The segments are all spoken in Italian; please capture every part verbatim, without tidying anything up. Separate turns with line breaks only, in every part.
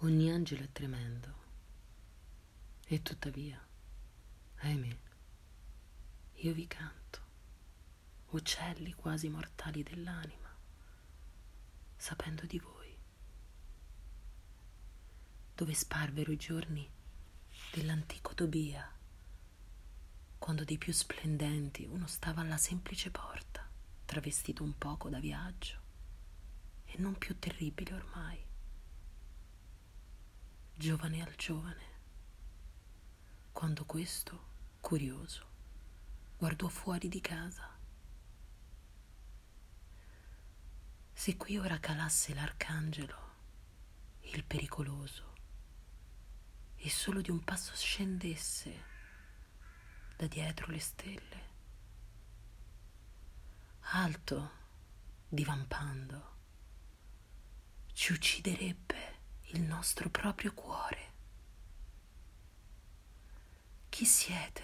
Ogni angelo è tremendo, e tuttavia, ahimè, io vi canto, uccelli quasi mortali dell'anima, sapendo di voi, dove sparvero i giorni dell'antico Tobia, quando dei più splendenti uno stava alla semplice porta, travestito un poco da viaggio, e non più terribile ormai, giovane al giovane, quando questo, curioso, guardò fuori di casa. Se qui ora calasse l'arcangelo, il pericoloso, e solo di un passo scendesse da dietro le stelle, alto, divampando, ci ucciderebbe il nostro proprio cuore. Chi siete?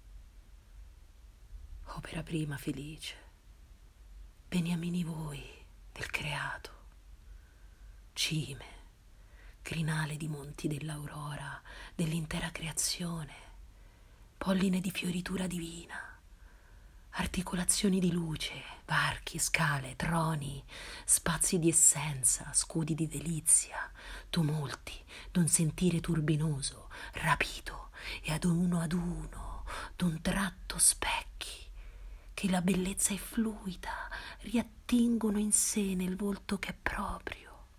Opera prima felice, beniamini voi del creato, cime, crinale di monti dell'aurora, dell'intera creazione, polline di fioritura divina, articolazioni di luce, varchi, scale, troni, spazi di essenza, scudi di delizia, tumulti d'un sentire turbinoso, rapito, e ad uno ad uno, d'un tratto specchi, che la bellezza è fluida, riattingono in sé nel volto che è proprio.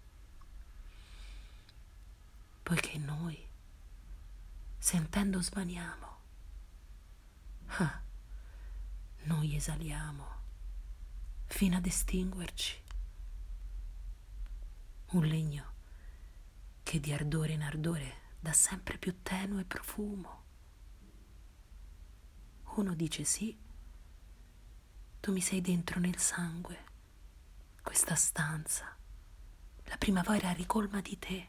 Poiché noi, sentendo smaniamo, ah, noi esaliamo, fino ad estinguerci, un legno che di ardore in ardore dà sempre più tenue profumo. Uno dice sì, tu mi sei dentro nel sangue, questa stanza, la primavera ricolma di te.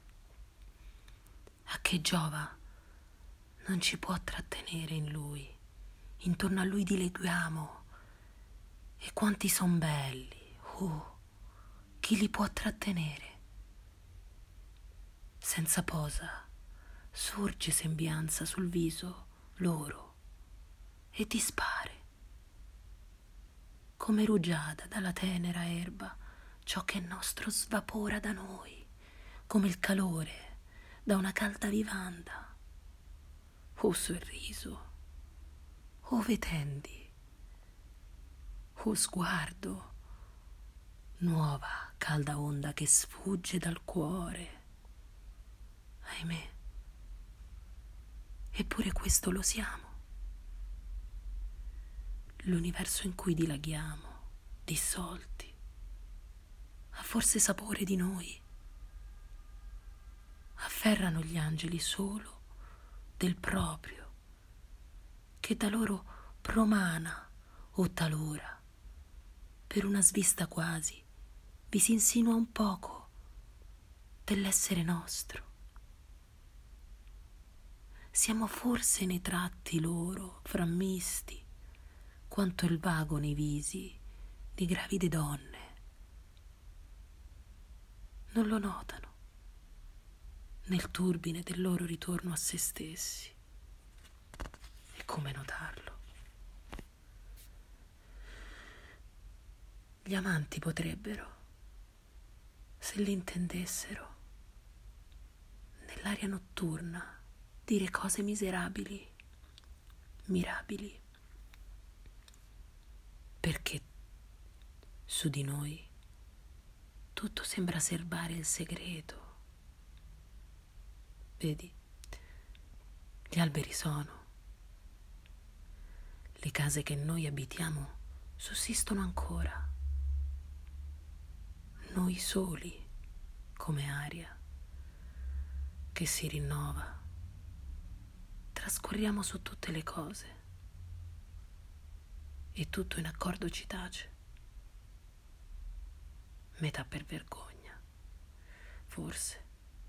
A che giova? Non ci può trattenere in lui, intorno a lui dileguiamo, e quanti son belli, oh, chi li può trattenere? Senza posa, sorge sembianza sul viso loro, e dispare, come rugiada dalla tenera erba, ciò che è nostro svapora da noi, come il calore da una calda vivanda. O sorriso, ove tendi, o sguardo, nuova calda onda che sfugge dal cuore. Ahimè, eppure questo lo siamo. L'universo in cui dilaghiamo, dissolti, ha forse sapore di noi. Afferrano gli angeli solo del proprio, che da loro promana o talora, per una svista quasi, vi si insinua un poco dell'essere nostro. Siamo forse nei tratti loro frammisti, quanto il vago nei visi di gravide donne. Non lo notano nel turbine del loro ritorno a se stessi. E come notarlo? Gli amanti potrebbero, se l'intendessero, nell'aria notturna dire cose miserabili, mirabili, perché su di noi tutto sembra serbare il segreto. Vedi, gli alberi sono, le case che noi abitiamo sussistono ancora, noi soli come aria che si rinnova, trascorriamo su tutte le cose e tutto in accordo ci tace, metà per vergogna, forse,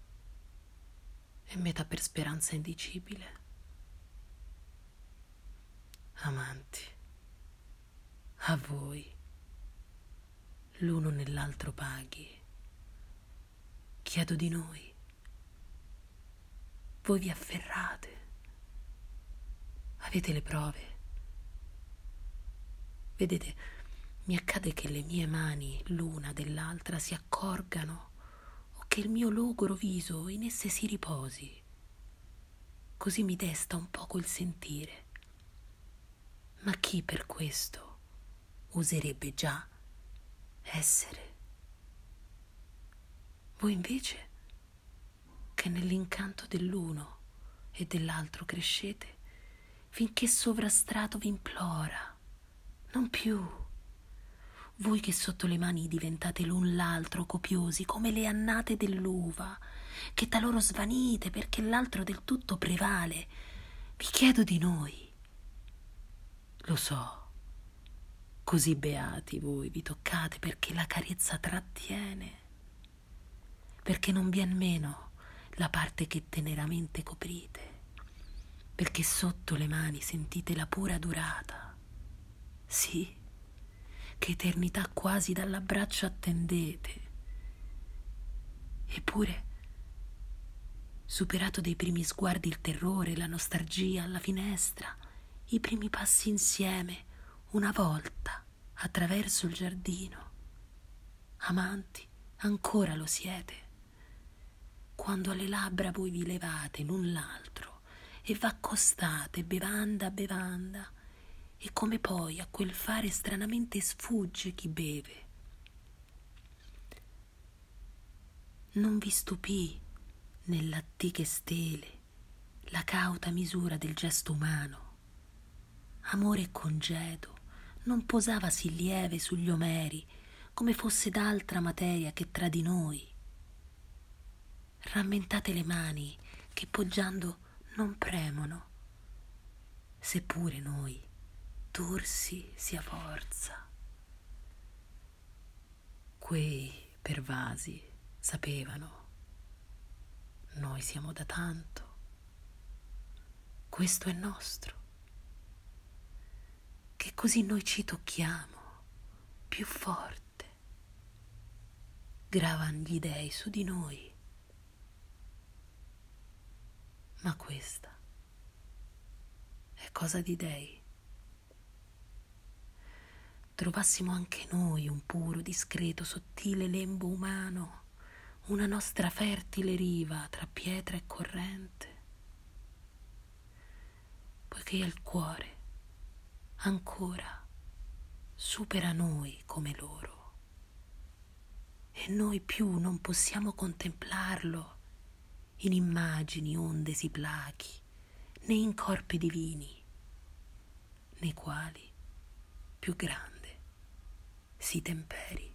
e metà per speranza indicibile. Amanti, a voi, l'uno nell'altro paghi, chiedo di noi voi vi afferrate. Avete le prove. Vedete, mi accade che le mie mani l'una dell'altra si accorgano o che il mio logoro viso in esse si riposi. Così mi desta un poco il sentire. Ma chi per questo oserebbe già essere? Voi invece, che nell'incanto dell'uno e dell'altro crescete, finché sovrastrato vi implora, non più. Voi che sotto le mani diventate l'un l'altro copiosi come le annate dell'uva, che taloro svanite perché l'altro del tutto prevale, vi chiedo di noi. Lo so, così beati voi vi toccate perché la carezza trattiene, perché non vien meno la parte che teneramente coprite, perché sotto le mani sentite la pura durata, sì, che eternità quasi dall'abbraccio attendete. Eppure, superato dei primi sguardi il terrore, la nostalgia alla finestra, i primi passi insieme, una volta, attraverso il giardino, amanti ancora lo siete, quando alle labbra voi vi levate l'un l'altro e v'accostate bevanda a bevanda, e come poi a quel fare stranamente sfugge chi beve. Non vi stupì nell'attiche stele la cauta misura del gesto umano. Amore e congedo non posava sì lieve sugli omeri come fosse d'altra materia che tra di noi. Rammentate le mani che poggiando non premono, seppure noi torsi sia forza. Quei pervasi sapevano, noi siamo da tanto, questo è nostro, che così noi ci tocchiamo più forte, gravan gli dei su di noi. Ma questa è cosa di dei. Trovassimo anche noi un puro, discreto, sottile lembo umano, una nostra fertile riva tra pietra e corrente, poiché il cuore ancora supera noi come loro, e noi più non possiamo contemplarlo in immagini onde si plachi, né in corpi divini, nei quali più grande si temperi.